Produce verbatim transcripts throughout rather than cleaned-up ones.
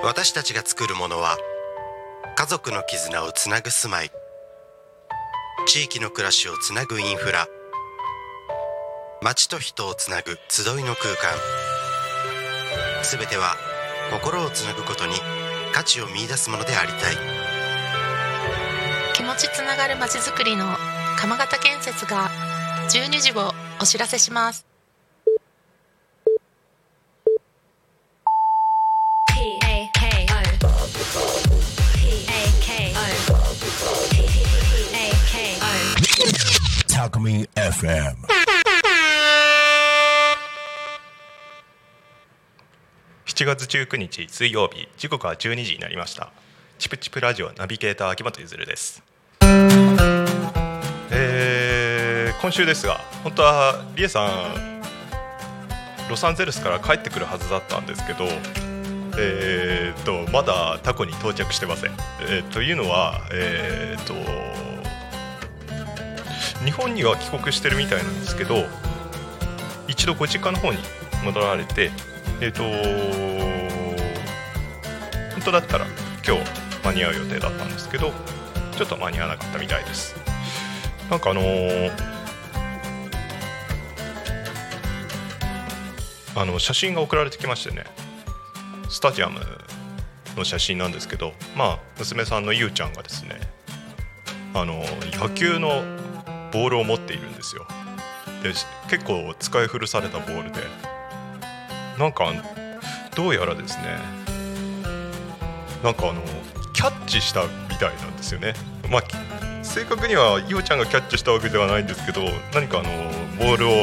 私たちが作るものは家族の絆をつなぐ住まい、地域の暮らしをつなぐインフラ、街と人をつなぐ集いの空間、すべては心をつなぐことに価値を見出すものでありたい。 気持ちつながる街づくりの鎌形建設がじゅうにじをお知らせします。 タコミン エフエム。 しちがつじゅうくにち水曜日、時刻はじゅうにじになりました。チプチプラジオナビゲーター秋元ゆずるです。えー、今週ですが、本当はリエさんロサンゼルスから帰ってくるはずだったんですけど、えー、とまだタコに到着してません。えー、というのは、えー、と日本には帰国してるみたいなんですけど、一度ご実家の方に戻られて、えー、と本当だったら今日間に合う予定だったんですけど、ちょっと間に合わなかったみたいです。なんかあのー、あの写真が送られてきましてね、スタジアムの写真なんですけど、まあ娘さんのゆうちゃんがですね、あの野球のボールを持っているんですよ。で結構使い古されたボールで、なんかどうやらですね、なんかあのキャッチしたみたいなんですよね。まあ正確にはゆうちゃんがキャッチしたわけではないんですけど、何かあのボールを、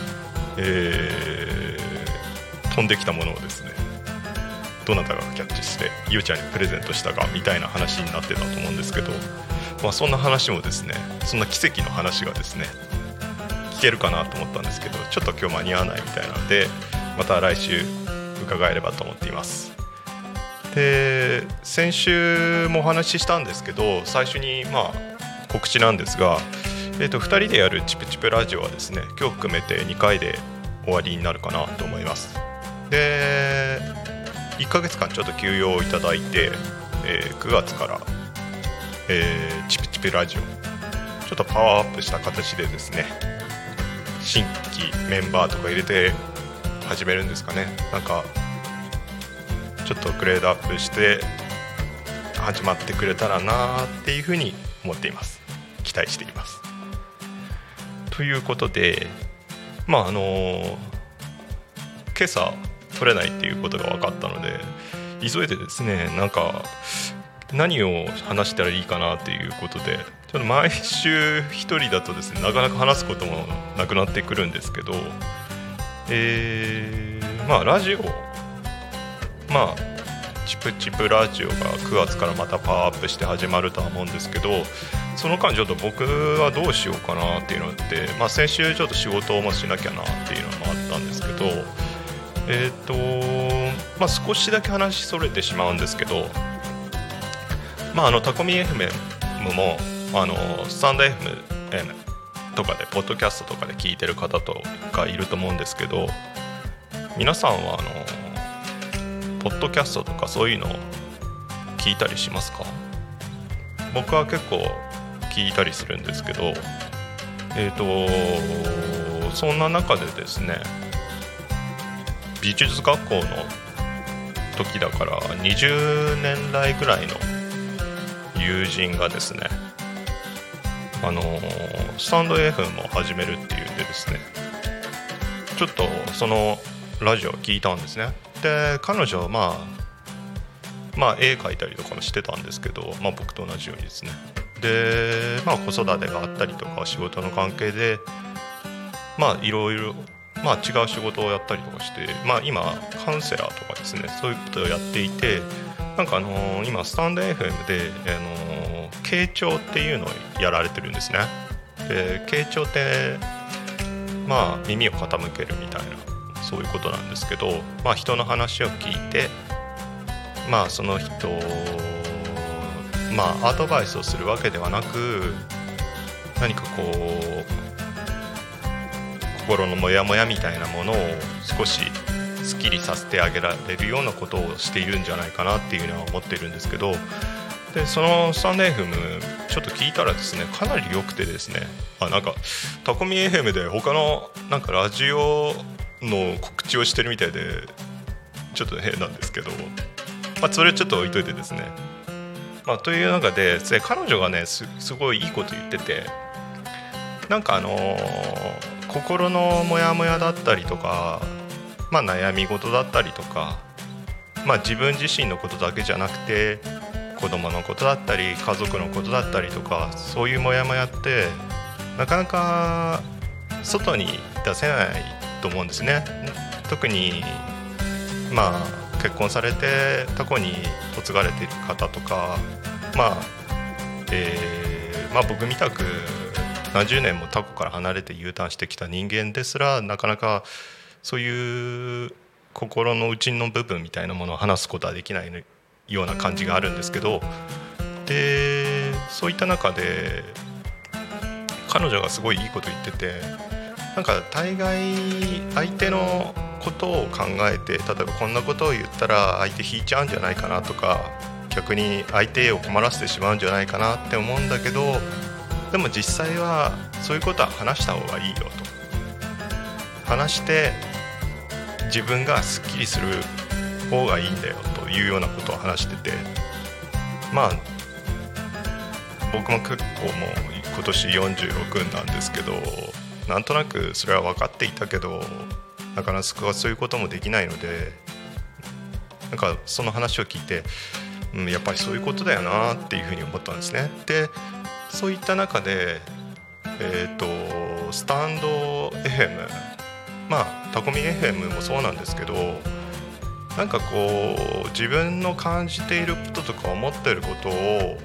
えー、飛んできたものをですね、どなたがキャッチしてゆうちゃんにプレゼントしたかみたいな話になってたと思うんですけど、まあ、そんな話もですね、そんな奇跡の話がですね聞けるかなと思ったんですけど、ちょっと今日間に合わないみたいなので、また来週伺えればと思っています。で先週もお話ししたんですけど、最初にまあ告知なんですが、えー、とふたりでやるチプチプラジオはですね、今日含めてにかいで終わりになるかなと思います。でいっかげつかんちょっと休養をいただいて、えー、くがつから、えー、チプチプラジオちょっとパワーアップした形でですね、新規メンバーとか入れて始めるんですかね。なんかちょっとグレードアップして始まってくれたらなっていうふうに思っています。期待しています。ということで、まああのー、今朝撮れないっていうことが分かったので、急いでですね、なんか何を話したらいいかなっていうことで、ちょっと毎週一人だとですね、なかなか話すこともなくなってくるんですけど、えー、まあラジオ、まあチプチプラジオがくがつからまたパワーアップして始まるとは思うんですけど、その間ちょっと僕はどうしようかなっていうのって、まあ、先週ちょっと仕事もしなきゃなっていうのもあったんですけど、えーとまあ、少しだけ話それてしまうんですけど、まあ、あのタコミ エフエム もあのスタンド エフエム とかでポッドキャストとかで聞いてる方とかいると思うんですけど、皆さんはあのポッドキャストとかそういうのを聞いたりしますか？僕は結構聞いたりするんですけど、えーとそんな中でですね、美術学校の時だからにじゅうねん来ぐらいの友人がですね、あのスタンド エフエム を始めるっていうんでですね、ちょっとそのラジオを聞いたんですね。で彼女はまあまあ絵描いたりとかもしてたんですけど、まあ、僕と同じようにですね、でまあ子育てがあったりとか仕事の関係でまあいろいろまあ違う仕事をやったりとかして、まあ今カウンセラーとかですね、そういうことをやっていて、なんかあのー、今スタンド エフエム で、あのー、傾聴っていうのをやられてるんですね。で傾聴ってまあ耳を傾けるみたいな、そういうことなんですけど、まあ人の話を聞いて、まあその人まあアドバイスをするわけではなく、何かこう心のモヤモヤみたいなものを少しすっきりさせてあげられるようなことをしているんじゃないかなっていうのは思っているんですけど、でそのスタンド エフエム ちょっと聞いたらですね、かなり良くてですね、あなんかタコミ エフエム で他のなんかラジオの告知をしてるみたいでちょっと変なんですけど、まあ、それちょっと置いといてですね、まあ、という中で彼女がね す, すごいいいこと言ってて、なんかあのー、心のモヤモヤだったりとか、まあ、悩み事だったりとか、まあ、自分自身のことだけじゃなくて子供のことだったり家族のことだったりとか、そういうモヤモヤってなかなか外に出せないと思うんですね。特にまあ結婚されて他校に嫁がれている方とか、まあ、えーまあ、僕みたく何十年も他校から離れて U ターンしてきた人間ですら、なかなかそういう心の内の部分みたいなものを話すことはできないような感じがあるんですけど、でそういった中で彼女がすごいいいこと言ってて、なんか大概相手のことを考えて、例えばこんなことを言ったら相手引いちゃうんじゃないかなとか、逆に相手を困らせてしまうんじゃないかなって思うんだけど、でも実際はそういうことは話した方がいいよと、話して自分がすっきりする方がいいんだよというようなことを話してて、まあ僕も結構もう今年よんじゅうろくなんですけど、なんとなくそれは分かっていたけど、なかなかそういうこともできないので、なんかその話を聞いて、うん、やっぱりそういうことだよなっていうふうに思ったんですね。でそういった中で、えーと、スタンド エフエム、まあタコミ エフエム もそうなんですけど、なんかこう自分の感じていることとか思っていることを、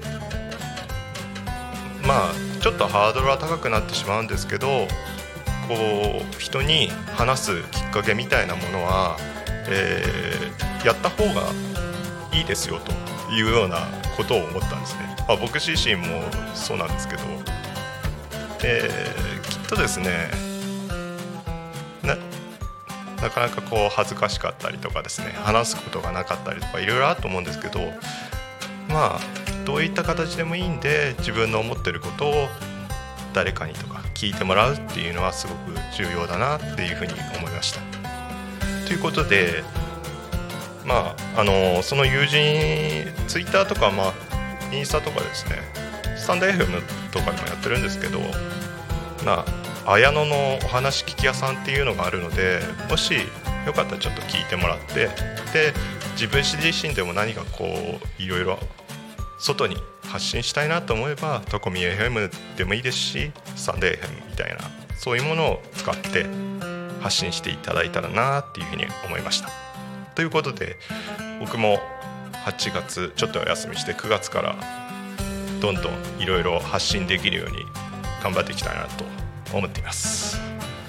まあちょっとハードルは高くなってしまうんですけど、こう人に話すきっかけみたいなものは、えー、やった方がいいですよというようなことを思ったんですね。まあ、僕自身もそうなんですけど、えー、きっとですね な, なかなかこう恥ずかしかったりとかですね、話すことがなかったりとかいろいろあると思うんですけど、まあどういった形でもいいんで自分の思ってることを誰かにとか聞いてもらうっていうのはすごく重要だなっていうふうに思いました。ということで、まああのその友人ツイッターとか、まあ、インスタとかですね、スタンド エフエム とかでもやってるんですけど、まあ綾野のお話聞き屋さんっていうのがあるので、もしよかったらちょっと聞いてもらって、で自分自身でも何かこういろいろ外に発信したいなと思えばタコミ エフエム でもいいですし、スタンド エフエム みたいなそういうものを使って発信していただいたらなっていうふうに思いました。ということで僕もはちがつちょっとお休みしてくがつからどんどんいろいろ発信できるように頑張っていきたいなと思っています。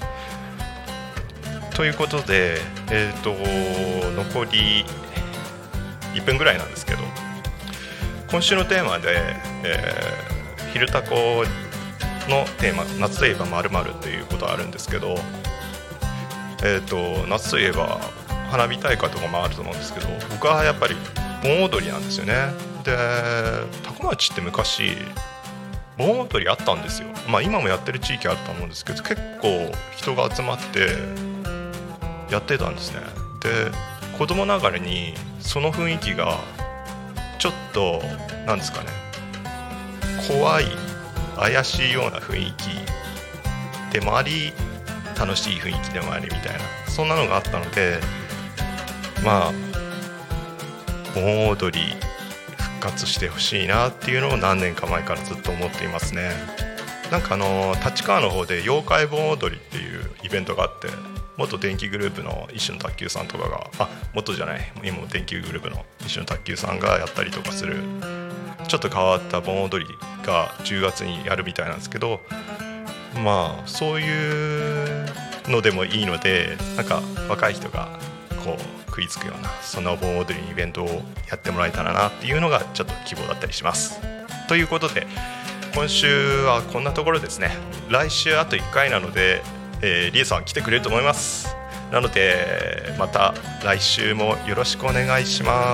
ということで、えーと、残りいっぷんぐらいなんですけど、今週のテーマで、えー、昼タコのテーマ夏といえば〇〇ということがあるんですけど、えーと、夏といえば花火大会とかもあると思うんですけど、僕はやっぱり盆踊りなんですよね。で多古町って昔盆踊りあったんですよ。まあ今もやってる地域あると思うんですけど、結構人が集まってやってたんですね。で子供ながらにその雰囲気がちょっとなんですかね、怖い怪しいような雰囲気でもあり楽しい雰囲気でもありみたいな、そんなのがあったので、まあ盆踊り復活してほしいなっていうのを何年か前からずっと思っていますね。なんかあの立川の方で妖怪盆踊りっていうイベントがあって、元電気グループの一種の卓球さんとかが、あ元じゃない今も電気グループの一種の卓球さんがやったりとかするちょっと変わった盆踊りがじゅうがつにやるみたいなんですけど、まあそういうのでもいいので、なんか若い人がこう食いつくようなそんな盆踊りイベントをやってもらえたらなっていうのがちょっと希望だったりします。ということで今週はこんなところですね。来週あといっかいなので、えー、リエさん来てくれると思います。 なのでまた来週もよろしくお願いします。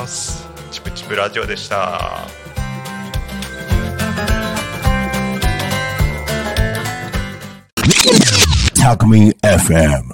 チプチプラジオでした。 タクミン エフエム